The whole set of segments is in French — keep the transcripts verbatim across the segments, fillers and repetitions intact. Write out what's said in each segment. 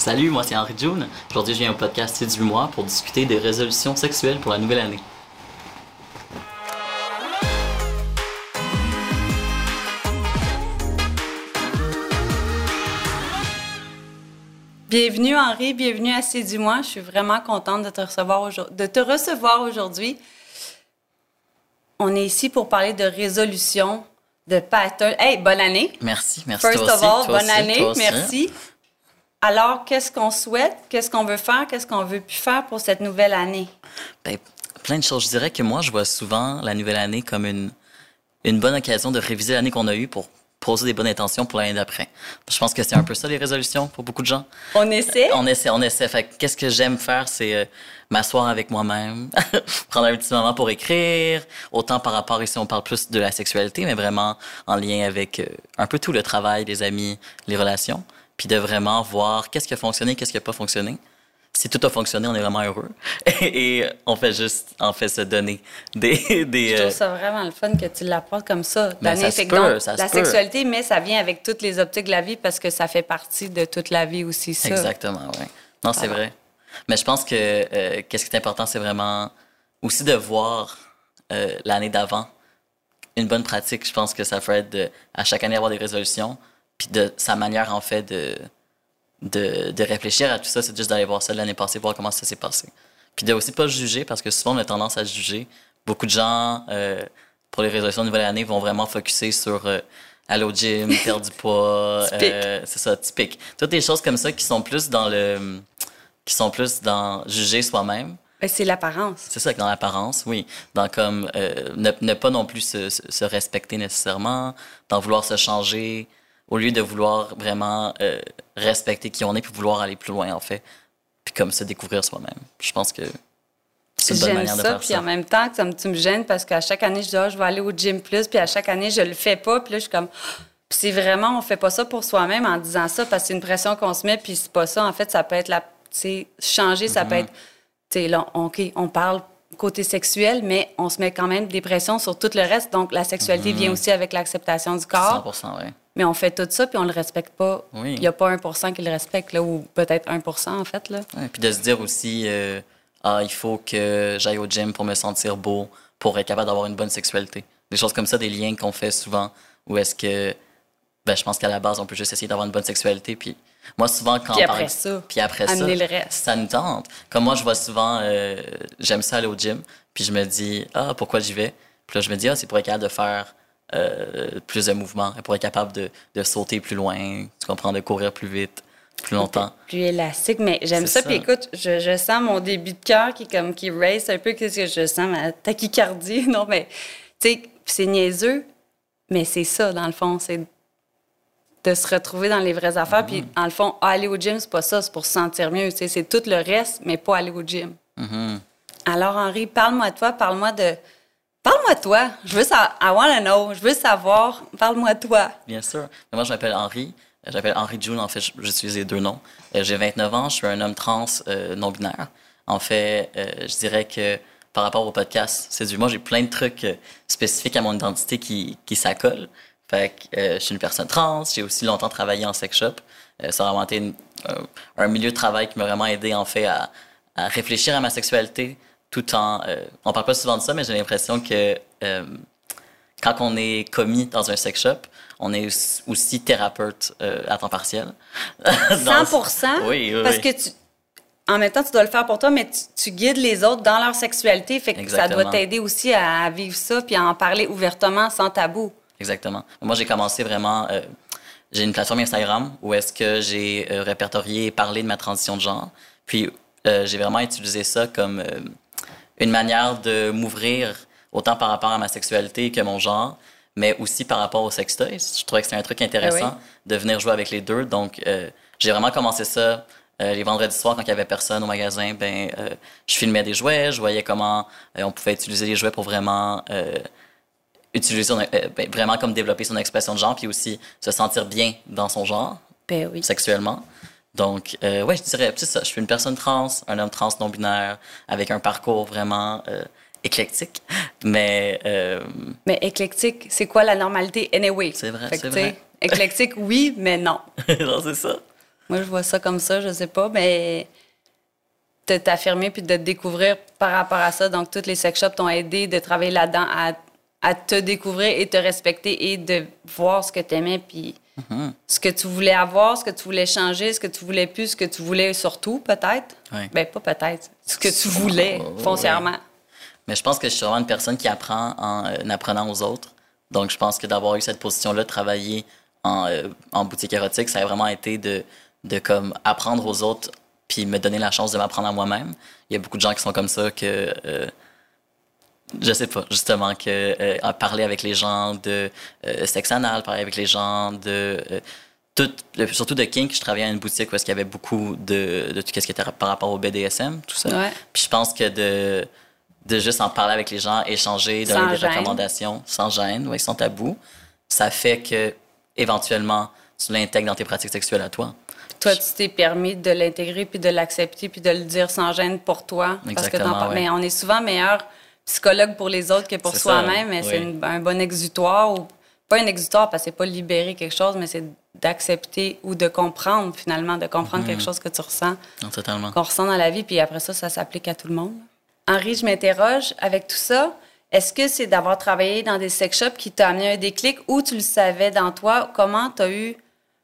Salut, moi c'est Henry June. Aujourd'hui, je viens au podcast Séduis-moi pour discuter des résolutions sexuelles pour la nouvelle année. Bienvenue Henry, bienvenue à Séduis-moi. Je suis vraiment contente de te recevoir aujourd'hui, de te recevoir aujourd'hui. On est ici pour parler de résolution, de pattern. Hey, bonne année! Merci, merci. First toi of aussi, all, toi bonne aussi, année, toi aussi. merci. Alors, qu'est-ce qu'on souhaite? Qu'est-ce qu'on veut faire? Qu'est-ce qu'on veut plus faire pour cette nouvelle année? Ben, plein de choses. Je dirais que moi, je vois souvent la nouvelle année comme une, une bonne occasion de réviser l'année qu'on a eue pour poser des bonnes intentions pour l'année d'après. Je pense que c'est un peu ça, les résolutions, pour beaucoup de gens. On essaie? On essaie, on essaie. Fait que qu'est-ce que j'aime faire, c'est euh, m'asseoir avec moi-même, prendre un petit moment pour écrire, autant par rapport, ici, on parle plus de la sexualité, mais vraiment en lien avec euh, un peu tout le travail, les amis, les relations, puis de vraiment voir qu'est-ce qui a fonctionné, qu'est-ce qui n'a pas fonctionné. Si tout a fonctionné, on est vraiment heureux. Et on fait juste, en fait, se donner des... des Je trouve euh, ça vraiment le fun que tu l'apportes comme ça. Ben, ça se Fait que peut, donc, ça se la peut. sexualité, mais ça vient avec toutes les optiques de la vie parce que ça fait partie de toute la vie aussi, ça. Exactement, oui. Non, c'est Alors. vrai. Mais je pense que euh, qu'est-ce qui est important, c'est vraiment aussi de voir euh, l'année d'avant. Une bonne pratique, je pense que ça ferait être de, à chaque année avoir des résolutions, puis de sa manière, en fait, de, de, de réfléchir à tout ça, c'est juste d'aller voir ça de l'année passée, voir comment ça s'est passé. Puis de aussi pas juger, parce que souvent, on a tendance à juger. Beaucoup de gens, euh, pour les résolutions de nouvelle année, vont vraiment focusser sur euh, aller au gym, perdre du poids. euh, c'est ça, typique. Toutes des choses comme ça qui sont plus dans le... qui sont plus dans juger soi-même. Ben, c'est l'apparence. C'est ça, dans l'apparence, oui. Dans comme euh, ne, ne pas non plus se, se, se respecter nécessairement, d'en vouloir se changer, au lieu de vouloir vraiment euh, respecter qui on est, puis vouloir aller plus loin, en fait. Puis comme se découvrir soi-même. Je pense que c'est une bonne J'aime manière de ça, faire puis ça. en même temps, ça me, tu me gênes parce qu'à chaque année, je dis, ah, je vais aller au gym plus, puis à chaque année, je le fais pas, puis là, je suis comme... Puis c'est vraiment, on fait pas ça pour soi-même en disant ça, parce que c'est une pression qu'on se met, puis c'est pas ça. En fait, ça peut être la... Tu sais, changer, ça peut être... Tu sais, là, OK, on parle côté sexuel, mais on se met quand même des pressions sur tout le reste. Donc, la sexualité vient aussi avec l'acceptation du cent corps. pour cent, oui. Mais on fait tout ça, puis on le respecte pas. Oui. Il y a pas un pour cent qui le respecte, là, ou peut-être un pour cent, en fait, là. Ouais, puis de se dire aussi, euh, ah, il faut que j'aille au gym pour me sentir beau, pour être capable d'avoir une bonne sexualité. Des choses comme ça, des liens qu'on fait souvent, où est-ce que, ben, je pense qu'à la base, on peut juste essayer d'avoir une bonne sexualité, puis moi, souvent, quand Puis on après parle... ça, puis après amener ça, le reste. ça nous tente. Comme moi, je vois souvent, euh, j'aime ça aller au gym, puis je me dis, ah, pourquoi j'y vais? Puis là, je me dis, ah, c'est pour être capable de faire euh, plus de mouvements, pour être capable de, de sauter plus loin, tu comprends, de courir plus vite, plus longtemps. Plus élastique, mais j'aime C'est ça. ça. Puis écoute, je, je sens mon début de cœur qui est comme qui race un peu, qu'est-ce que je sens, ma tachycardie. Non, mais tu sais, c'est niaiseux, mais c'est ça, dans le fond, c'est de se retrouver dans les vraies affaires. Mm-hmm. Puis, dans le fond, aller au gym, c'est pas ça, c'est pour se sentir mieux. Tu sais, c'est tout le reste, mais pas aller au gym. Mm-hmm. Alors, Henry, parle-moi de toi, parle-moi de... Parle-moi de toi. Je veux savoir... I wanna know. Je veux savoir. Parle-moi de toi. Bien sûr. Mais moi, je m'appelle Henry. Euh, J'appelle Henry June. En fait, j- j'utilise les deux noms. Euh, J'ai vingt-neuf ans. Je suis un homme trans euh, non-binaire. En fait, euh, je dirais que par rapport au podcast, c'est du... Moi, j'ai plein de trucs euh, spécifiques à mon identité qui, qui s'accolent. Fait que euh, je suis une personne trans. J'ai aussi longtemps travaillé en sex shop. Euh, ça a vraiment été une- un, un milieu de travail qui m'a vraiment aidé, en fait, à, à réfléchir à ma sexualité tout en... Euh, on parle pas souvent de ça, mais j'ai l'impression que euh, quand on est commis dans un sex shop, on est aussi- aussi thérapeute euh, à temps partiel. cent pour cent? Oui, oui, Parce oui. que tu... En même temps, tu dois le faire pour toi, mais tu, tu guides les autres dans leur sexualité. Fait que Exactement. ça doit t'aider aussi à vivre ça puis à en parler ouvertement, sans tabou. Exactement. Moi, j'ai commencé vraiment... euh, j'ai une plateforme Instagram où est-ce que j'ai euh, répertorié et parlé de ma transition de genre. Puis, euh, j'ai vraiment utilisé ça comme euh, une manière de m'ouvrir autant par rapport à ma sexualité que mon genre, mais aussi par rapport aux sextoys. Je trouvais que c'était un truc intéressant Ah oui. de venir jouer avec les deux. Donc, euh, j'ai vraiment commencé ça euh, les vendredis soirs quand il y avait personne au magasin. Ben, euh, je filmais des jouets, je voyais comment euh, on pouvait utiliser les jouets pour vraiment... Euh, utiliser son, euh, ben, vraiment comme développer son expression de genre, puis aussi se sentir bien dans son genre, Ben oui. sexuellement. Donc, euh, ouais, je dirais, c'est ça, je suis une personne trans, un homme trans non-binaire, avec un parcours vraiment euh, éclectique, mais... Euh, Mais éclectique, c'est quoi la normalité anyway? C'est vrai, Fait que, c'est tu sais, vrai. Éclectique, oui, mais non. non, c'est ça. Moi, je vois ça comme ça, je sais pas, mais de t'affirmer puis de te découvrir par rapport à ça. Donc, toutes les sex shops t'ont aidé de travailler là-dedans à, à te découvrir et te respecter et de voir ce que tu aimais puis mm-hmm. ce que tu voulais avoir, ce que tu voulais changer, ce que tu voulais plus, ce que tu voulais surtout, peut-être. Oui. Ben pas peut-être. Ce que tu voulais, oh, foncièrement. Oui. Mais je pense que je suis vraiment une personne qui apprend en, euh, en apprenant aux autres. Donc, je pense que d'avoir eu cette position-là, de travailler en, euh, en boutique érotique, ça a vraiment été de, de comme, apprendre aux autres puis me donner la chance de m'apprendre à moi-même. Il y a beaucoup de gens qui sont comme ça que... Euh, je sais pas, justement, que euh, parler avec les gens de euh, sexe anal, parler avec les gens de... Euh, tout, surtout de kink, je travaillais à une boutique où il y avait beaucoup de, de tout ce qui était par rapport au B D S M, tout ça. Ouais. Puis je pense que de, de juste en parler avec les gens, échanger, donner des gêne. recommandations, sans gêne, ouais, sans tabou, ça fait que éventuellement tu l'intègres dans tes pratiques sexuelles à toi. Toi, tu t'es permis de l'intégrer puis de l'accepter puis de le dire sans gêne pour toi. Exactement, parce que ouais. Mais on est souvent meilleur psychologue pour les autres que pour c'est soi-même, ça, mais oui. c'est une, un bon exutoire. Ou, pas un exutoire parce que c'est pas libérer quelque chose, mais c'est d'accepter ou de comprendre, finalement, de comprendre mmh. quelque chose que tu ressens. Non, totalement. Qu'on ressent dans la vie, puis après ça, ça s'applique à tout le monde. Henri, je m'interroge, avec tout ça, est-ce que c'est d'avoir travaillé dans des sex shops qui t'a amené un déclic ou tu le savais dans toi? Comment t'as eu...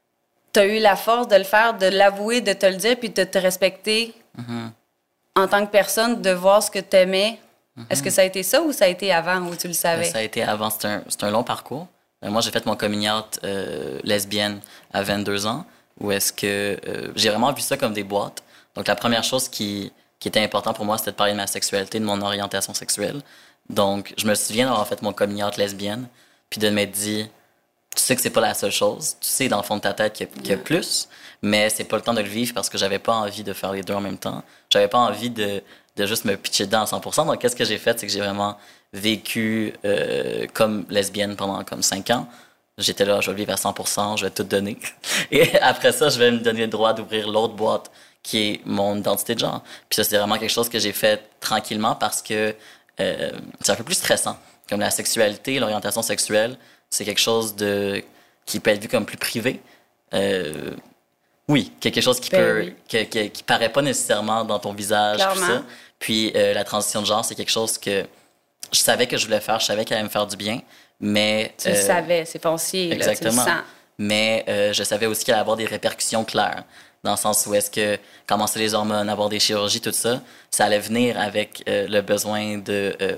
tu as eu la force de le faire, de l'avouer, de te le dire, puis de te respecter mm-hmm. en tant que personne, de voir ce que tu aimais. Mm-hmm. Est-ce que ça a été ça ou ça a été avant, où tu le savais? Ça a été avant. C'est un, c'est un long parcours. Moi, j'ai fait mon coming out euh, lesbienne à vingt-deux ans, où est-ce que euh, j'ai vraiment vu ça comme des boîtes. Donc, la première chose qui, qui était importante pour moi, c'était de parler de ma sexualité, de mon orientation sexuelle. Donc, je me souviens d'avoir fait mon coming out lesbienne, puis de m'être dit... Tu sais que c'est pas la seule chose. Tu sais, dans le fond de ta tête, qu'il y a, qu'il y a plus, mais c'est pas le temps de le vivre parce que j'avais pas envie de faire les deux en même temps. J'avais pas envie de, de juste me pitcher dedans à cent pour cent. Donc, qu'est-ce que j'ai fait? C'est que j'ai vraiment vécu euh, comme lesbienne pendant comme cinq ans. J'étais là, je vais le vivre à cent pour cent, je vais tout donner. Et après ça, je vais me donner le droit d'ouvrir l'autre boîte qui est mon identité de genre. Puis ça, c'est vraiment quelque chose que j'ai fait tranquillement parce que euh, c'est un peu plus stressant. Comme la sexualité, l'orientation sexuelle, c'est quelque chose de qui peut être vu comme plus privé. Euh, oui, quelque chose qui ben peut oui. qui, qui, qui paraît pas nécessairement dans ton visage. Puis, ça. Puis euh, la transition de genre, c'est quelque chose que je savais que je voulais faire, je savais qu'elle allait me faire du bien, mais... Tu euh, le savais, c'est foncier, exactement. Là, tu le sens. Mais euh, je savais aussi qu'elle allait avoir des répercussions claires, dans le sens où est-ce que commencer les hormones, avoir des chirurgies, tout ça, ça allait venir avec euh, le besoin de euh,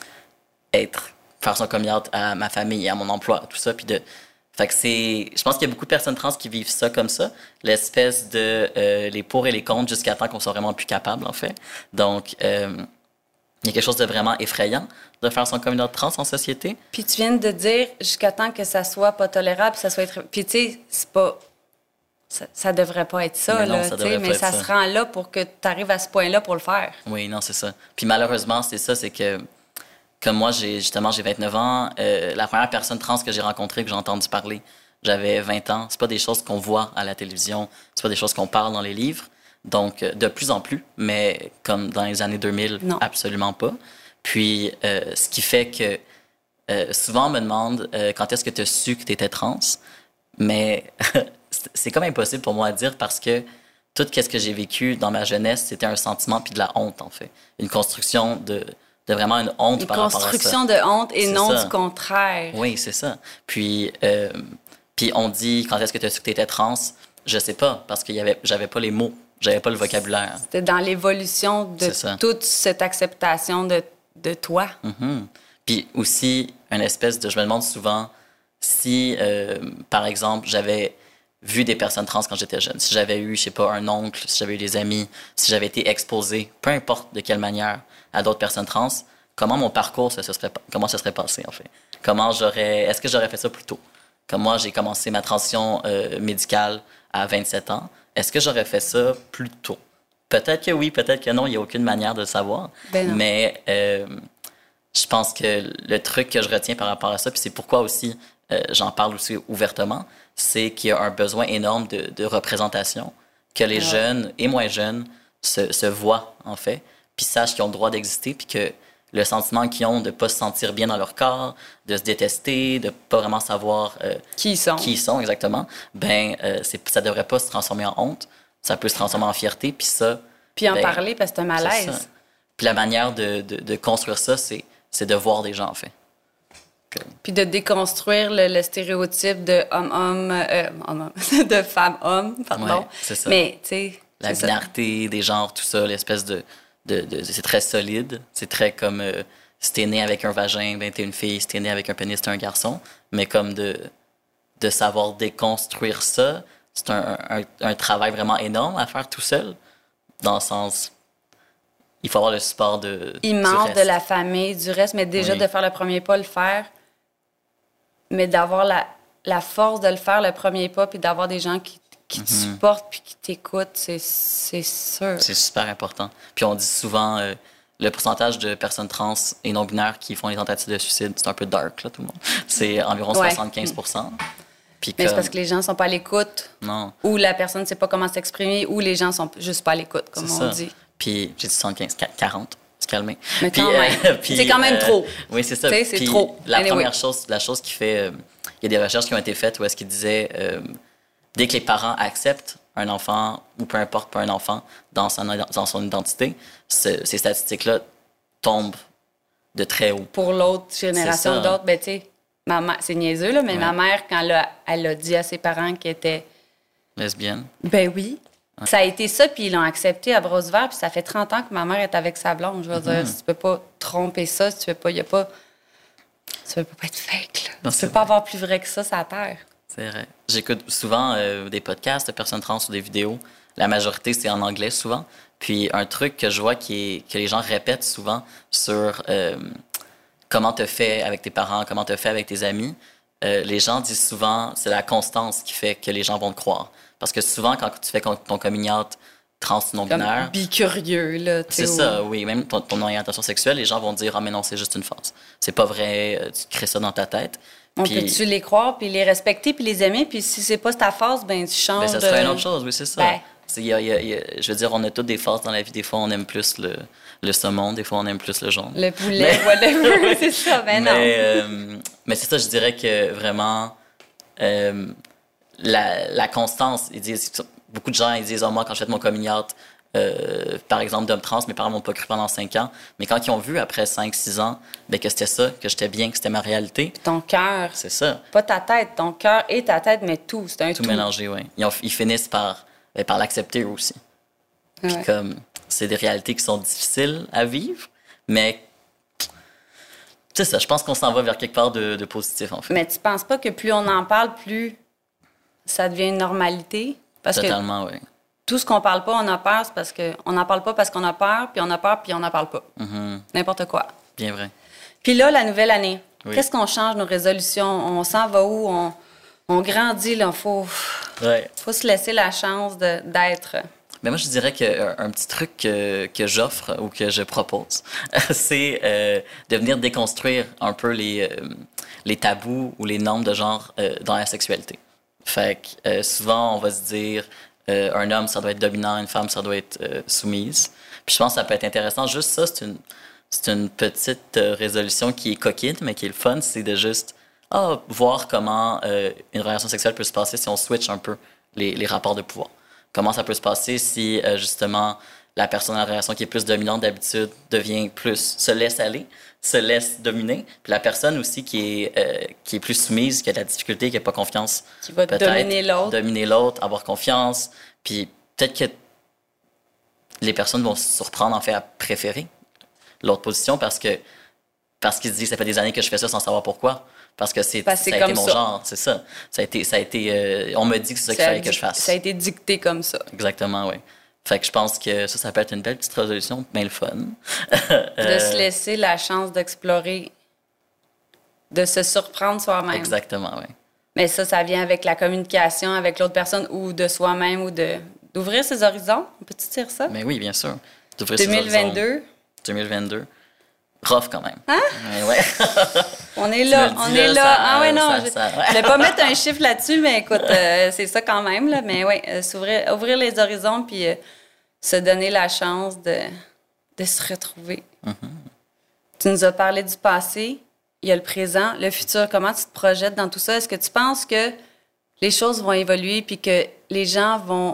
être... faire son coming out à ma famille, à mon emploi, tout ça, puis de... Fait que c'est... Je pense qu'il y a beaucoup de personnes trans qui vivent ça comme ça, l'espèce de euh, les pour et les contre jusqu'à temps qu'on soit vraiment plus capable, en fait. Donc, euh, il y a quelque chose de vraiment effrayant de faire son coming out trans en société. Puis tu viens de dire jusqu'à temps que ça soit pas tolérable, ça soit... Puis tu sais, c'est pas... Ça, ça devrait pas être ça, mais non, là, ça mais pas ça, ça se rend là pour que tu arrives à ce point-là pour le faire. Oui, non, c'est ça. Puis malheureusement, c'est ça, c'est que... Comme moi, j'ai, justement, j'ai vingt-neuf ans. Euh, la première personne trans que j'ai rencontrée, que j'ai entendu parler, j'avais vingt ans. C'est pas des choses qu'on voit à la télévision. C'est pas des choses qu'on parle dans les livres. Donc, de plus en plus, mais comme dans les années deux mille, non. Absolument pas. Puis, euh, ce qui fait que euh, souvent, on me demande euh, quand est-ce que tu as su que tu étais trans. Mais c'est comme impossible pour moi à dire parce que tout ce que j'ai vécu dans ma jeunesse, c'était un sentiment puis de la honte, en fait. Une construction de... de vraiment une honte une par rapport à ça. Une construction de honte et c'est non ça. Du contraire. Oui, c'est ça. Puis, euh, puis on dit, quand est-ce que tu as su que tu étais trans? Je sais pas, parce que y avait, j'avais pas les mots, j'avais pas le vocabulaire. C'était dans l'évolution de toute cette acceptation de, de toi. Mm-hmm. Puis aussi, une espèce de... Je me demande souvent si, euh, par exemple, j'avais vu des personnes trans quand j'étais jeune, si j'avais eu, je sais pas, un oncle, si j'avais eu des amis, si j'avais été exposé, peu importe de quelle manière, à d'autres personnes trans, comment mon parcours se serait, comment ça serait passé, en fait? Comment j'aurais... Est-ce que j'aurais fait ça plus tôt? Comme moi, j'ai commencé ma transition euh, médicale à vingt-sept ans. Est-ce que j'aurais fait ça plus tôt? Peut-être que oui, peut-être que non, il n'y a aucune manière de le savoir. Ben non. Mais euh, je pense que le truc que je retiens par rapport à ça, puis c'est pourquoi aussi euh, j'en parle aussi ouvertement, c'est qu'il y a un besoin énorme de, de représentation, que les ouais. jeunes et moins jeunes se, se voient, en fait, puis sachent qu'ils ont le droit d'exister, puis que le sentiment qu'ils ont de ne pas se sentir bien dans leur corps, de se détester, de ne pas vraiment savoir euh, qui ils sont. Qui ils sont exactement, ben, euh, c'est, ça ne devrait pas se transformer en honte. Ça peut se transformer en fierté. Puis ça. Puis en ben, parler parce que c'est un malaise. Puis la manière de, de, de construire ça, c'est, c'est de voir des gens, en fait. Que... Puis de déconstruire le, le stéréotype de homme-homme, euh, homme, de femme-homme, pardon. Ouais, c'est ça. Mais, tu sais. La binarité des genres, tout ça, l'espèce de. de, de c'est très solide. C'est très comme. Euh, si t'es né avec un vagin, ben t'es une fille. Si t'es né avec un pénis, t'es un garçon. Mais comme de, de savoir déconstruire ça, c'est un, un, un travail vraiment énorme à faire tout seul. Dans le sens. Il faut avoir le support de. Il manque de la famille, du reste, mais déjà oui. de faire le premier pas, le faire. Mais d'avoir la, la force de le faire, le premier pas, puis d'avoir des gens qui, qui mm-hmm. te supportent puis qui t'écoutent, c'est, c'est sûr. C'est super important. Puis on dit souvent, euh, le pourcentage de personnes trans et non-binaires qui font les tentatives de suicide, c'est un peu dark, là, tout le monde. C'est environ ouais. soixante-quinze pour cent. Puis mais comme... c'est parce que les gens ne sont pas à l'écoute. Non. Ou la personne ne sait pas comment s'exprimer, ou les gens ne sont juste pas à l'écoute, comme c'est on ça. dit. Puis j'ai dit soixante-quinze, quarante. Se calmer. Mais puis, euh, puis, c'est quand même euh, trop. Oui, c'est ça. T'sais, c'est puis, trop. La anyway. première chose, la chose qui fait... Il euh, y a des recherches qui ont été faites où est-ce qu'ils disaient euh, dès que les parents acceptent un enfant, ou peu importe, pas un enfant, dans son, dans son identité, ce, ces statistiques-là tombent de très haut. Pour l'autre génération d'autres, ben tu sais, ma mère, c'est niaiseux, là, mais ouais. ma mère, quand elle a, elle a dit à ses parents qu'elle était... lesbienne. Ben oui. Ça a été ça, puis ils l'ont accepté à bras ouverts, puis ça fait trente ans que ma mère est avec sa blonde. Je veux mm-hmm. dire, si tu peux pas tromper ça, si tu veux pas, il y a pas... Tu peux pas être fake, là. Non, tu peux vrai. Pas avoir plus vrai que ça, ça terre. C'est vrai. J'écoute souvent euh, des podcasts de personnes trans ou des vidéos. La majorité, c'est en anglais, souvent. Puis un truc que je vois qui est, que les gens répètent souvent sur euh, comment te fait avec tes parents, comment te fait avec tes amis, euh, les gens disent souvent, c'est la constance qui fait que les gens vont te croire. Parce que souvent, quand tu fais ton coming out trans non-binaire... Comme bicurieux, là. C'est où... ça, oui. Même ton, ton orientation sexuelle, les gens vont dire « Ah, mais non, c'est juste une phase. C'est pas vrai, tu crées ça dans ta tête. » On puis... peut-tu les croire, puis les respecter, puis les aimer, puis si c'est pas ta phase, ben tu changes. Ben, ça serait de... une autre chose, oui, c'est ça. Ben... C'est, y a, y a, y a, je veux dire, on a toutes des phases dans la vie. Des fois, on aime plus le, le saumon, des fois, on aime plus le jaune. Le poulet, mais... whatever, c'est ça, ben non. Mais, euh, mais c'est ça, je dirais que vraiment... Euh, la, la constance, ils disent... Beaucoup de gens, ils disent, oh, moi, quand je fais mon coming out, euh, par exemple, d'homme trans, mes parents m'ont pas cru pendant cinq ans. Mais quand ils ont vu, après cinq six ans, ben, que c'était ça, que j'étais bien, que c'était ma réalité. Ton cœur. C'est ça. Pas ta tête, ton cœur et ta tête, mais tout. C'est un tout. Tout mélangé, oui. Ils, ils finissent par, ben, par l'accepter aussi. Puis ouais. comme, c'est des réalités qui sont difficiles à vivre, mais c'est ça, je pense qu'on s'en va vers quelque part de, de positif, en fait. Mais tu penses pas que plus on en parle, plus ça devient une normalité? Parce Totalement, oui. Tout ce qu'on parle pas, on a peur, c'est parce qu'on n'en parle pas parce qu'on a peur, puis on a peur, puis on n'en parle pas. Mm-hmm. N'importe quoi. Bien vrai. Puis là, la nouvelle année, oui. Qu'est-ce qu'on change, nos résolutions? On s'en va où? On, on grandit, là. Il faut, ouais. faut se laisser la chance de, d'être... Mais moi, je dirais qu'un un petit truc que, que j'offre ou que je propose, c'est euh, de venir déconstruire un peu les, euh, les tabous ou les normes de genre euh, dans la sexualité. Fait que euh, souvent, on va se dire euh, un homme, ça doit être dominant, une femme, ça doit être euh, soumise. Puis je pense que ça peut être intéressant. Juste ça, c'est une, c'est une petite euh, résolution qui est coquine, mais qui est le fun. C'est de juste ah, voir comment euh, une relation sexuelle peut se passer si on switch un peu les, les rapports de pouvoir. Comment ça peut se passer si, euh, justement, la personne en relation qui est plus dominante d'habitude devient plus, se laisse aller, se laisse dominer. Puis la personne aussi qui est, euh, qui est plus soumise, qui a de la difficulté, qui n'a pas confiance. Qui va dominer l'autre. Dominer l'autre, avoir confiance. Puis peut-être que les personnes vont se surprendre, en fait, à préférer l'autre position parce que parce qu'ils se disent, ça fait des années que je fais ça sans savoir pourquoi. Parce que c'est, parce que ça c'est a été mon ça. genre, c'est ça. Ça a été, ça a été, euh, on me dit que c'est ça, ça qu'il fallait di- que je fasse. Ça a été dicté comme ça. Exactement, oui. Fait que je pense que ça, ça peut être une belle petite résolution, bien le fun. De se laisser la chance d'explorer, de se surprendre soi-même. Exactement, oui. Mais ça, ça vient avec la communication avec l'autre personne ou de soi-même ou de, d'ouvrir ses horizons. On peut-tu dire ça? Mais oui, bien sûr. D'ouvrir deux mille vingt-deux. Ses horizons. deux mille vingt-deux. Rough quand même. Hein? Mais ouais. On est là, on est là. là. Ah ouais, non, ça, je ça, ouais. ne vais pas mettre un chiffre là-dessus, mais écoute, euh, c'est ça quand même. Là. Mais oui, euh, s'ouvrir, ouvrir les horizons puis euh, se donner la chance de, de se retrouver. Mm-hmm. Tu nous as parlé du passé, il y a le présent, le futur. Comment tu te projettes dans tout ça? Est-ce que tu penses que les choses vont évoluer puis que les gens vont,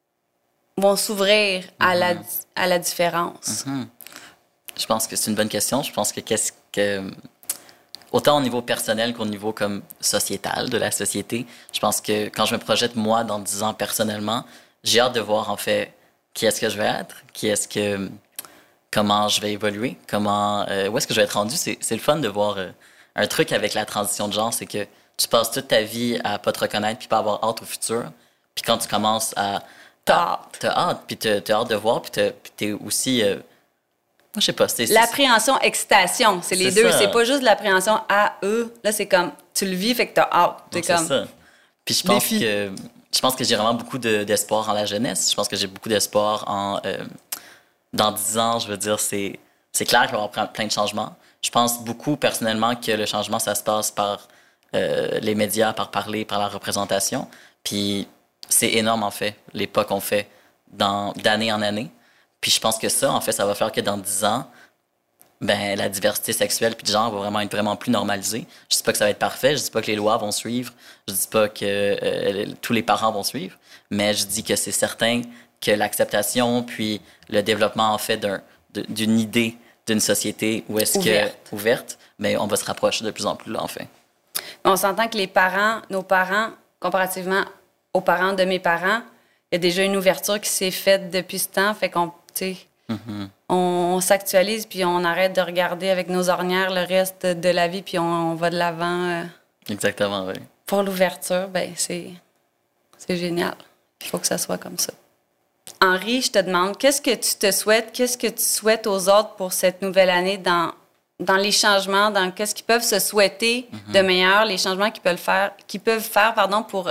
vont s'ouvrir à, mm-hmm. la, à la différence? Mm-hmm. Je pense que c'est une bonne question. Je pense que qu'est-ce que... Autant au niveau personnel qu'au niveau comme sociétal de la société, je pense que quand je me projette, moi, dans dix ans personnellement, j'ai hâte de voir, en fait, qui est-ce que je vais être, qui est-ce que... comment je vais évoluer, comment... Euh, où est-ce que je vais être rendu. C'est, c'est le fun de voir euh, un truc avec la transition de genre, c'est que tu passes toute ta vie à pas te reconnaître puis pas avoir hâte au futur. Puis quand tu commences à... T'as hâte. T'as hâte, puis t'as, t'as hâte de voir, puis, t'as, puis t'es aussi... Euh, moi, je sais pas. C'est, l'appréhension, excitation, c'est les c'est deux. Ça. C'est pas juste l'appréhension à eux. Là, c'est comme, tu le vis, fait que t'as hâte. C'est comme... ça. Puis je pense Défi. que... Je pense que j'ai vraiment beaucoup de, d'espoir en la jeunesse. Je pense que j'ai beaucoup d'espoir en... Euh, dans dix ans, je veux dire, c'est, c'est clair qu'il va y avoir plein de changements. Je pense beaucoup, personnellement, que le changement, ça se passe par euh, les médias, par parler, par la représentation. Puis c'est énorme, en fait, les pas qu'on fait dans, d'année en année. Puis je pense que ça, en fait, ça va faire que dans dix ans, ben, la diversité sexuelle puis de genre va vraiment être vraiment plus normalisée. Je dis pas que ça va être parfait, je dis pas que les lois vont suivre, je dis pas que euh, tous les parents vont suivre, mais je dis que c'est certain que l'acceptation puis le développement, en fait, d'un, de, d'une idée d'une société où est-ce ouverte. que ouverte, mais on va se rapprocher de plus en plus là, en fait. On s'entend que les parents, nos parents, comparativement aux parents de mes parents, il y a déjà une ouverture qui s'est faite depuis ce temps, fait qu'on, tu sais, mm-hmm. on, on s'actualise puis on arrête de regarder avec nos ornières le reste de la vie puis on, on va de l'avant. Euh, Exactement, oui. Pour l'ouverture, ben c'est, c'est génial. Il faut que ça soit comme ça. Henri, je te demande, qu'est-ce que tu te souhaites, qu'est-ce que tu souhaites aux autres pour cette nouvelle année dans, dans les changements, dans qu'est-ce qu'ils peuvent se souhaiter mm-hmm. de meilleur, les changements qu'ils peuvent faire, qu'ils peuvent faire pardon, pour,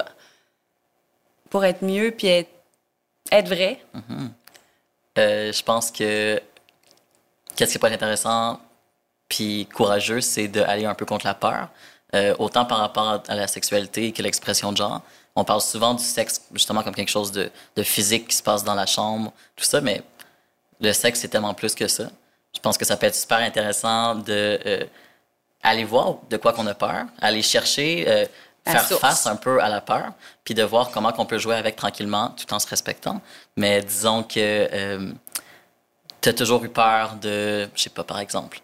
pour être mieux puis être, être vrai? Mm-hmm. Euh, je pense que qu'est-ce qui peut être intéressant puis courageux, c'est d'aller un peu contre la peur. Euh, autant par rapport à la sexualité que l'expression de genre. On parle souvent du sexe justement comme quelque chose de, de physique qui se passe dans la chambre, tout ça, mais le sexe, c'est tellement plus que ça. Je pense que ça peut être super intéressant de euh, aller voir de quoi qu'on a peur, aller chercher, euh, faire source. Face un peu à la peur, puis de voir comment on peut jouer avec tranquillement tout en se respectant. Mais disons que euh, tu as toujours eu peur de, je sais pas, par exemple,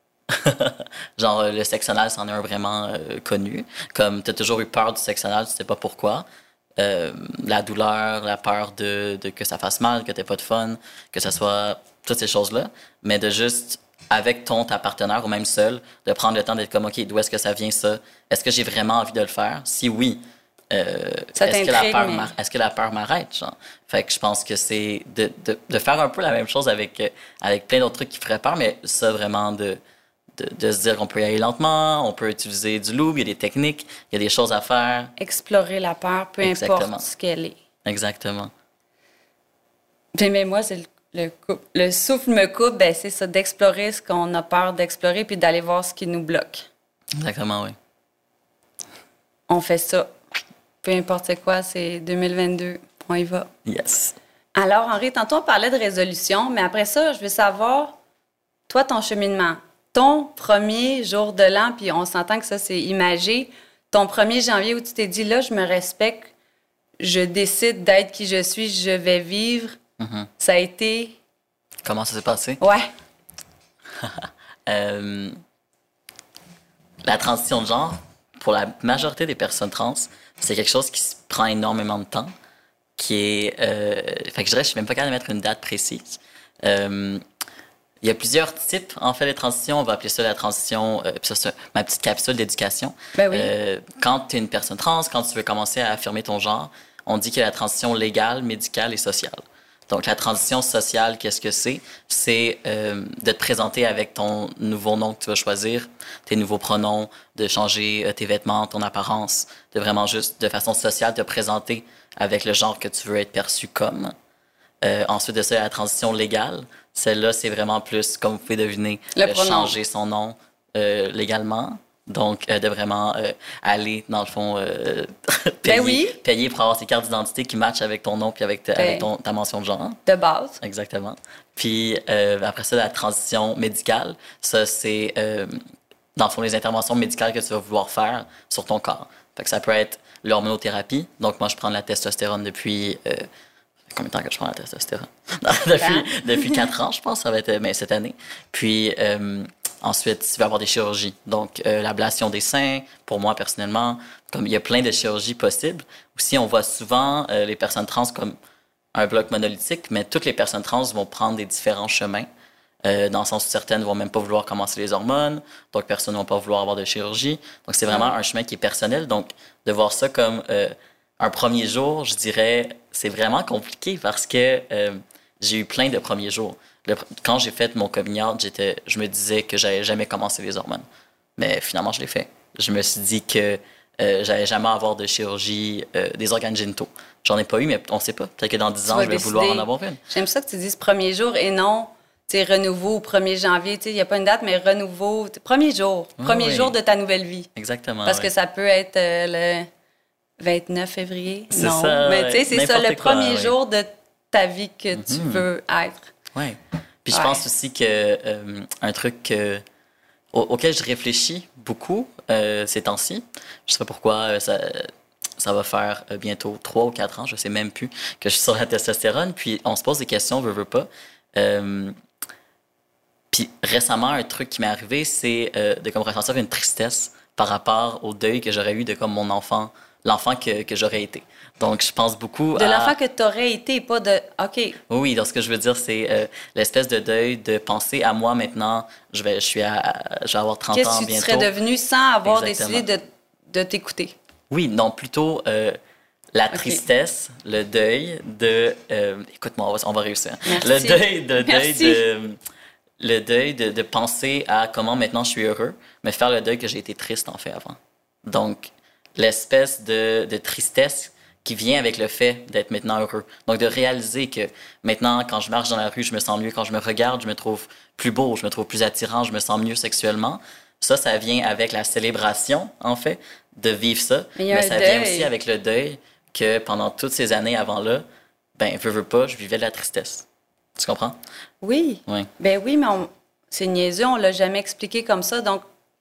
genre le sexe anal, c'en est un vraiment euh, connu. Comme tu as toujours eu peur du sexe anal, tu sais pas pourquoi. Euh, la douleur, la peur de, de que ça fasse mal, que t'aies pas de fun, que ça soit toutes ces choses-là. Mais de juste, avec ton, ta partenaire ou même seul, de prendre le temps d'être comme, OK, d'où est-ce que ça vient ça? Est-ce que j'ai vraiment envie de le faire? Si oui, euh, est-ce, que la peur mais... est-ce que la peur m'arrête? Genre? Fait que je pense que c'est de, de, de faire un peu la même chose avec, avec plein d'autres trucs qui feraient peur, mais ça vraiment de... De, de se dire qu'on peut y aller lentement, on peut utiliser du lube, il y a des techniques, il y a des choses à faire. Explorer la peur, peu Exactement. Importe ce qu'elle est. Exactement. Mais, mais moi, c'est le, le, couple. Le souffle me coupe, ben c'est ça, d'explorer ce qu'on a peur d'explorer puis d'aller voir ce qui nous bloque. Exactement, oui. On fait ça. Peu importe c'est quoi, c'est deux mille vingt-deux, on y va. Yes. Alors, Henri, tantôt on parlait de résolution, mais après ça, je veux savoir, toi, ton cheminement. Ton premier jour de l'an, puis on s'entend que ça, c'est imagé, ton premier janvier où tu t'es dit, là, je me respecte, je décide d'être qui je suis, je vais vivre, mm-hmm. ça a été... Comment ça s'est passé? Ouais. euh, la transition de genre, pour la majorité des personnes trans, c'est quelque chose qui prend énormément de temps, qui est... Euh, fait que je dirais, je suis même pas capable de mettre une date précise. Euh, Il y a plusieurs types, en fait, de transitions. On va appeler ça la transition, euh, puis ça, c'est ma petite capsule d'éducation. Ben oui. Euh, quand tu es une personne trans, quand tu veux commencer à affirmer ton genre, on dit qu'il y a la transition légale, médicale et sociale. Donc, la transition sociale, qu'est-ce que c'est? C'est euh, de te présenter avec ton nouveau nom que tu vas choisir, tes nouveaux pronoms, de changer euh, tes vêtements, ton apparence, de vraiment juste, de façon sociale, te présenter avec le genre que tu veux être perçu comme. Euh, ensuite de ça, la transition légale. Celle-là, c'est vraiment plus, comme vous pouvez deviner, le euh, changer son nom euh, légalement. Donc, euh, de vraiment euh, aller, dans le fond, euh, payer, Ben oui. payer pour avoir tes cartes d'identité qui matchent avec ton nom puis avec, ta, Ben, avec ton, ta mention de genre. De base. Exactement. Puis euh, après ça, la transition médicale, ça, c'est, euh, dans le fond, les interventions médicales que tu vas vouloir faire sur ton corps. Fait que ça peut être l'hormonothérapie. Donc, moi, je prends de la testostérone depuis... Euh, combien de temps que je prends la testostérone? depuis, depuis quatre ans, je pense. Ça va être mais cette année. Puis... Euh, Ensuite, tu vas avoir des chirurgies. Donc, euh, l'ablation des seins, pour moi personnellement, comme il y a plein de chirurgies possibles. Aussi, on voit souvent euh, les personnes trans comme un bloc monolithique, mais toutes les personnes trans vont prendre des différents chemins, euh, dans le sens où certaines vont même pas vouloir commencer les hormones, d'autres personnes ne vont pas vouloir avoir de chirurgie. Donc, c'est vraiment un chemin qui est personnel. Donc, de voir ça comme euh, un premier jour, je dirais, c'est vraiment compliqué parce que euh, j'ai eu plein de premiers jours. Le, quand j'ai fait mon coming out, j'étais, je me disais que j'allais jamais commencer les hormones. Mais finalement, je l'ai fait. Je me suis dit que euh, j'allais jamais avoir de chirurgie euh, des organes génitaux. J'en ai pas eu, mais on sait pas. Peut-être que dans dix ans, je vais décider. Vouloir en avoir une. J'aime ça que tu dises premier jour et non, tu sais, renouveau au premier janvier. Tu sais, il n'y a pas une date, mais renouveau. Premier jour. Premier oui. jour de ta nouvelle vie. Exactement. Parce oui. que ça peut être euh, le vingt-neuf février. C'est non. ça. Mais tu sais, c'est ça, le quoi, premier oui. jour de ta vie que mm-hmm. tu veux être. Oui. Puis ouais. je pense aussi que euh, un truc euh, au, auquel je réfléchis beaucoup euh, ces temps-ci, je sais pas pourquoi, euh, ça, ça va faire euh, bientôt trois ou quatre ans, je sais même plus, que je suis sur la testostérone, puis on se pose des questions, veut, veut pas. Euh, puis récemment, un truc qui m'est arrivé, c'est euh, de comme ressentir une tristesse par rapport au deuil que j'aurais eu de comme mon enfant, l'enfant que, que j'aurais été. Donc, je pense beaucoup de à... De l'enfant que tu aurais été, pas de... OK. Oui, donc ce que je veux dire, c'est euh, l'espèce de deuil de penser à moi maintenant. Je vais, je suis à, je vais avoir trente ans bientôt. Qu'est-ce que tu serais devenu sans avoir Exactement. décidé de, de t'écouter? Oui, non, plutôt euh, la tristesse, okay. le deuil de... Euh, écoute-moi, on va, on va réussir. Merci. Le deuil de... Merci. Deuil de le deuil de, de penser à comment maintenant je suis heureux, mais faire le deuil que j'ai été triste, en fait, avant. Donc, l'espèce de, de tristesse qui vient avec le fait d'être maintenant heureux. Donc, de réaliser que maintenant, quand je marche dans la rue, je me sens mieux. Quand je me regarde, je me trouve plus beau, je me trouve plus attirant, je me sens mieux sexuellement. Ça, ça vient avec la célébration, en fait, de vivre ça. Mais, Mais ça vient aussi avec le deuil que pendant toutes ces années avant-là, ben, veux, veux pas, je vivais de la tristesse. Tu comprends? Oui. Oui. Ben oui, mais on... c'est niaiseux, on l'a jamais expliqué comme ça. Donc,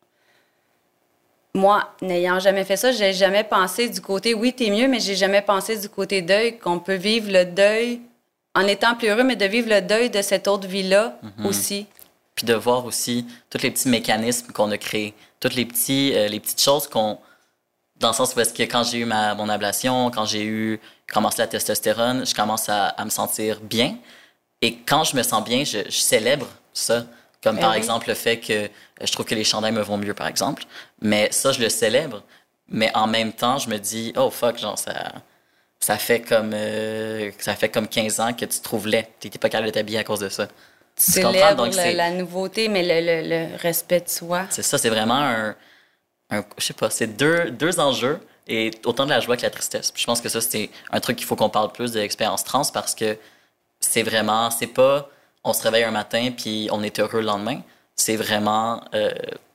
moi, n'ayant jamais fait ça, j'ai jamais pensé du côté, oui, t'es mieux, mais j'ai jamais pensé du côté deuil, qu'on peut vivre le deuil en étant plus heureux, mais de vivre le deuil de cette autre vie-là mm-hmm. aussi. Puis de voir aussi tous les petits mécanismes qu'on a créés, toutes les, petits, euh, les petites choses qu'on... Dans le sens où est-ce que quand j'ai eu ma, mon ablation, quand j'ai eu commencé la testostérone, je commence à, à me sentir bien. Et quand je me sens bien, je, je célèbre ça. Comme, par oui. exemple, le fait que je trouve que les chandails me vont mieux, par exemple. Mais ça, je le célèbre. Mais en même temps, je me dis, oh fuck, genre, ça, ça, fait, comme, euh, ça fait comme quinze ans que tu te trouves laid. Tu n'étais pas capable de t'habiller à cause de ça. Tu célèbres le, la nouveauté, mais le, le, le respect de soi. C'est ça, c'est vraiment un... un je sais pas, c'est deux, deux enjeux, et autant de la joie que la tristesse. Puis je pense que ça, c'est un truc qu'il faut qu'on parle plus de l'expérience trans, parce que c'est vraiment... C'est pas... On se réveille un matin, puis on est heureux le lendemain. C'est vraiment euh,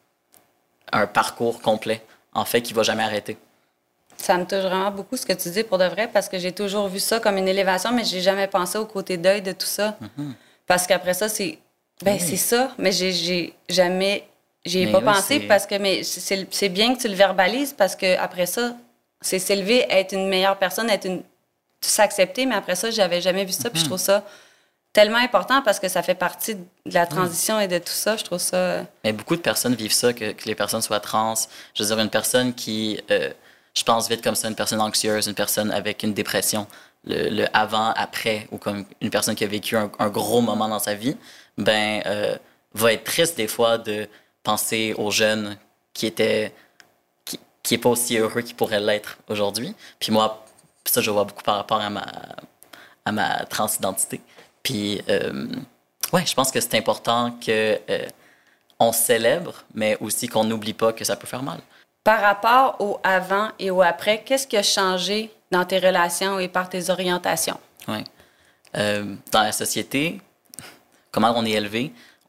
un parcours complet, en fait, qui ne va jamais arrêter. Ça me touche vraiment beaucoup ce que tu dis pour de vrai, parce que j'ai toujours vu ça comme une élévation, mais j'ai jamais pensé au côté deuil de tout ça. Mm-hmm. Parce qu'après ça, c'est... Ben, oui. c'est ça, mais j'ai, j'ai jamais... J'y ai mais pas oui, pensé, c'est... parce que mais c'est, c'est bien que tu le verbalises, parce qu'après ça, c'est s'élever, être une meilleure personne, être une... s'accepter, mais après ça, j'avais jamais vu ça, mm-hmm. puis je trouve ça... tellement important parce que ça fait partie de la transition oui. et de tout ça. Je trouve ça... Mais beaucoup de personnes vivent ça, que, que les personnes soient trans. Je veux dire, une personne qui, euh, je pense vite comme ça, une personne anxieuse, une personne avec une dépression, le, le avant, après, ou comme une personne qui a vécu un, un gros moment dans sa vie, ben, euh, va être triste des fois de penser aux jeunes qui étaient, qui, qui est pas aussi heureux qu'ils pourraient l'être aujourd'hui. Puis moi, ça, je vois beaucoup par rapport à ma, à ma transidentité. Puis, euh, ouais, je pense que c'est important qu'on euh, célèbre, mais aussi qu'on n'oublie pas que ça peut faire mal. Par rapport au avant et au après, qu'est-ce qui a changé dans tes relations et par tes orientations? Oui. Euh, dans la société, comment on est élevé,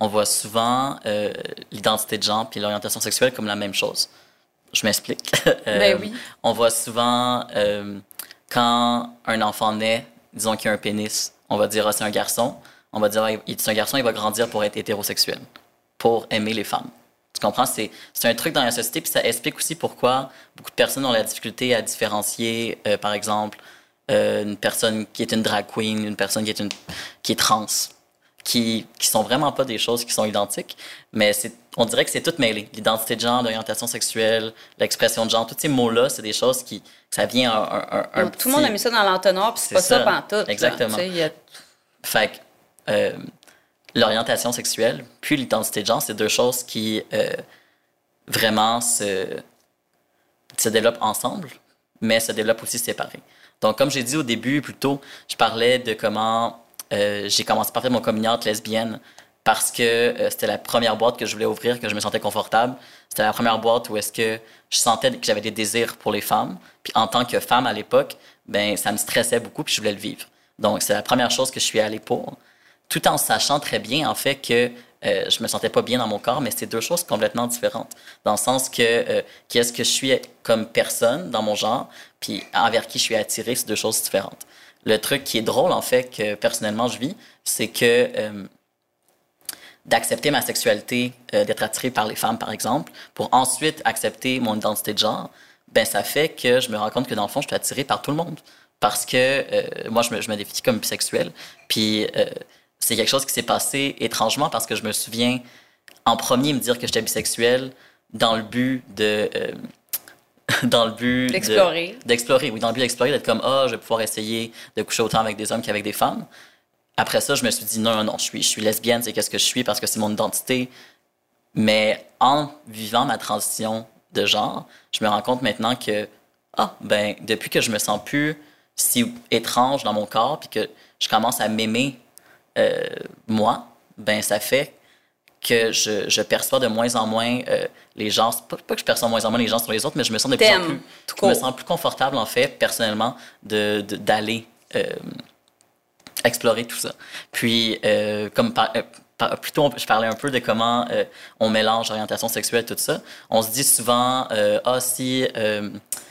on voit souvent euh, l'identité de genre puis l'orientation sexuelle comme la même chose. Je m'explique. euh, Ben oui. On voit souvent, euh, quand un enfant naît, disons qu'il a un pénis, on va dire, ah, c'est un garçon. On va dire, ah, c'est un garçon, il va grandir pour être hétérosexuel, pour aimer les femmes. Tu comprends? C'est, c'est un truc dans la société, puis ça explique aussi pourquoi beaucoup de personnes ont la difficulté à différencier, euh, par exemple, euh, une personne qui est une drag queen, une personne qui est, une, qui est trans, qui, qui sont vraiment pas des choses qui sont identiques, mais c'est, on dirait que c'est tout mêlé. L'identité de genre, l'orientation sexuelle, l'expression de genre, tous ces mots-là, c'est des choses qui, ça vient un, un, un, un Tout petit... le monde a mis ça dans l'entonnoir, puis c'est, c'est pas ça, ça pantoute. Exactement. Là, y a... Fait que, euh, l'orientation sexuelle puis l'identité de genre, c'est deux choses qui euh, vraiment se, se développent ensemble, mais se développent aussi séparés. Donc, comme j'ai dit au début, plus tôt, je parlais de comment euh, j'ai commencé par faire mon coming out lesbienne parce que euh, c'était la première boîte que je voulais ouvrir, que je me sentais confortable. C'était la première boîte où est-ce que je sentais que j'avais des désirs pour les femmes. Puis en tant que femme à l'époque, ben ça me stressait beaucoup puis je voulais le vivre. Donc, c'est la première chose que je suis allée pour. Tout en sachant très bien, en fait, que euh, je me sentais pas bien dans mon corps, mais c'est deux choses complètement différentes. Dans le sens que, euh, qui est-ce que je suis comme personne dans mon genre, puis envers qui je suis attirée, c'est deux choses différentes. Le truc qui est drôle, en fait, que personnellement je vis, c'est que euh, d'accepter ma sexualité, euh, d'être attirée par les femmes, par exemple, pour ensuite accepter mon identité de genre, ben ça fait que je me rends compte que, dans le fond, je suis attirée par tout le monde. Parce que euh, moi, je me, je me définis comme bisexuel, puis... Euh, c'est quelque chose qui s'est passé étrangement parce que je me souviens en premier me dire que j'étais bisexuel dans le but de... Euh, dans le but... D'explorer. De, d'explorer, oui, dans le but d'explorer, d'être comme, ah, oh, je vais pouvoir essayer de coucher autant avec des hommes qu'avec des femmes. Après ça, je me suis dit, non, non, non, je suis, je suis lesbienne, c'est qu'est-ce que je suis parce que c'est mon identité. Mais en vivant ma transition de genre, je me rends compte maintenant que, ah, ben, depuis que je me sens plus si étrange dans mon corps puis que je commence à m'aimer Euh, moi, ben ça fait que je, je perçois de moins en moins euh, les gens, pas, pas que je perçois de moins en moins les gens sur les autres, mais je me sens de plus en plus, je me sens plus confortable en fait personnellement de, de d'aller euh, explorer tout ça. Puis euh, comme par, euh, par, plutôt je parlais un peu de comment euh, on mélange orientation sexuelle tout ça. On se dit souvent euh, ah si euh,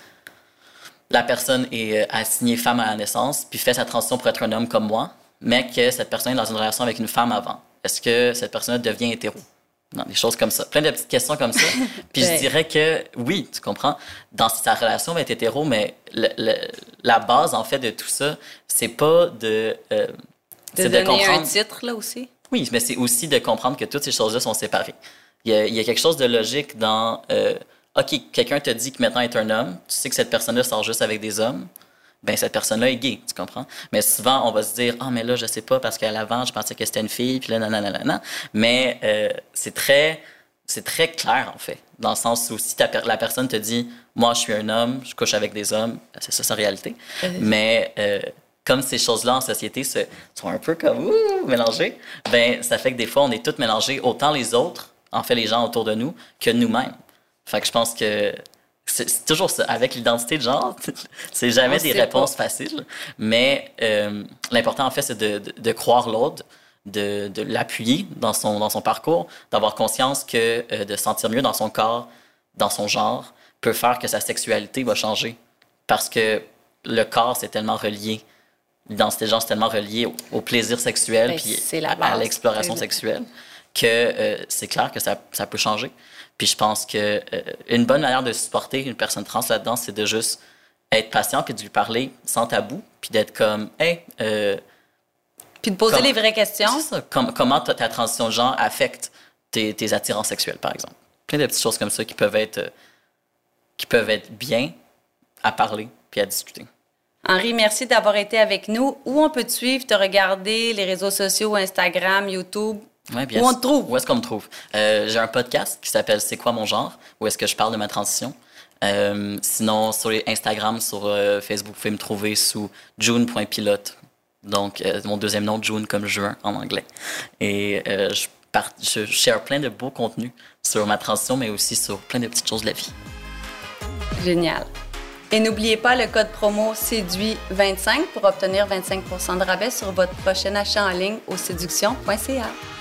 la personne est assignée femme à la naissance puis fait sa transition pour être un homme comme moi, mais que cette personne est dans une relation avec une femme avant. Est-ce que cette personne devient hétéro? Non, des choses comme ça. Plein de petites questions comme ça. Puis je dirais que oui, tu comprends, dans sa relation va être hétéro, mais le, le, la base, en fait, de tout ça, c'est pas de... Euh, de c'est donner de comprendre... un titre, là, aussi? Oui, mais c'est aussi de comprendre que toutes ces choses-là sont séparées. Il y a, il y a quelque chose de logique dans... Euh, OK, quelqu'un te dit que maintenant est un homme, tu sais que cette personne-là sort juste avec des hommes, ben cette personne-là est gay, tu comprends? Mais souvent, on va se dire, ah, oh, mais là, je sais pas, parce qu'à l'avant, je pensais que c'était une fille, puis là, nanana, nanana. Mais euh, c'est très, c'est très clair, en fait, dans le sens où si ta, la personne te dit, moi, je suis un homme, je couche avec des hommes, c'est ça sa réalité. Euh... Mais euh, comme ces choses-là en société se, sont un peu comme, ouh, mélangées, ben ça fait que des fois, on est tous mélangés, autant les autres, en fait, les gens autour de nous, que nous-mêmes. Fait que je pense que C'est, c'est toujours ça. Avec l'identité de genre, c'est jamais on des réponses pas. faciles. Mais euh, l'important, en fait, c'est de, de, de croire l'autre, de, de l'appuyer dans son, dans son parcours, d'avoir conscience que euh, de se sentir mieux dans son corps, dans son genre, peut faire que sa sexualité va changer. Parce que le corps, c'est tellement relié. L'identité de genre, c'est tellement relié au, au plaisir sexuel puis à, à l'exploration sexuelle que euh, c'est clair que ça, ça peut changer. Puis je pense que euh, une bonne manière de supporter une personne trans là-dedans, c'est de juste être patient puis de lui parler sans tabou, puis d'être comme, hey, euh, puis de poser comme, les vraies questions. C'est ça. Comme, comment ta, ta transition de genre affecte tes, tes attirances sexuelles, par exemple. Plein de petites choses comme ça qui peuvent être, euh, qui peuvent être bien à parler puis à discuter. Henri, merci d'avoir été avec nous. Où on peut te suivre, te regarder, les réseaux sociaux, Instagram, YouTube? Ouais, bien où on te trouve? Où est-ce qu'on me trouve? Euh, j'ai un podcast qui s'appelle C'est quoi mon genre? Où est-ce que je parle de ma transition? Euh, sinon, sur Instagram, sur euh, Facebook, vous pouvez me trouver sous june point pilote. Donc, euh, mon deuxième nom, June, comme juin en anglais. Et euh, je, part, je share plein de beaux contenus sur ma transition, mais aussi sur plein de petites choses de la vie. Génial. Et n'oubliez pas le code promo séduit vingt-cinq pour obtenir vingt-cinq pour cent de rabais sur votre prochain achat en ligne au séduction point c a.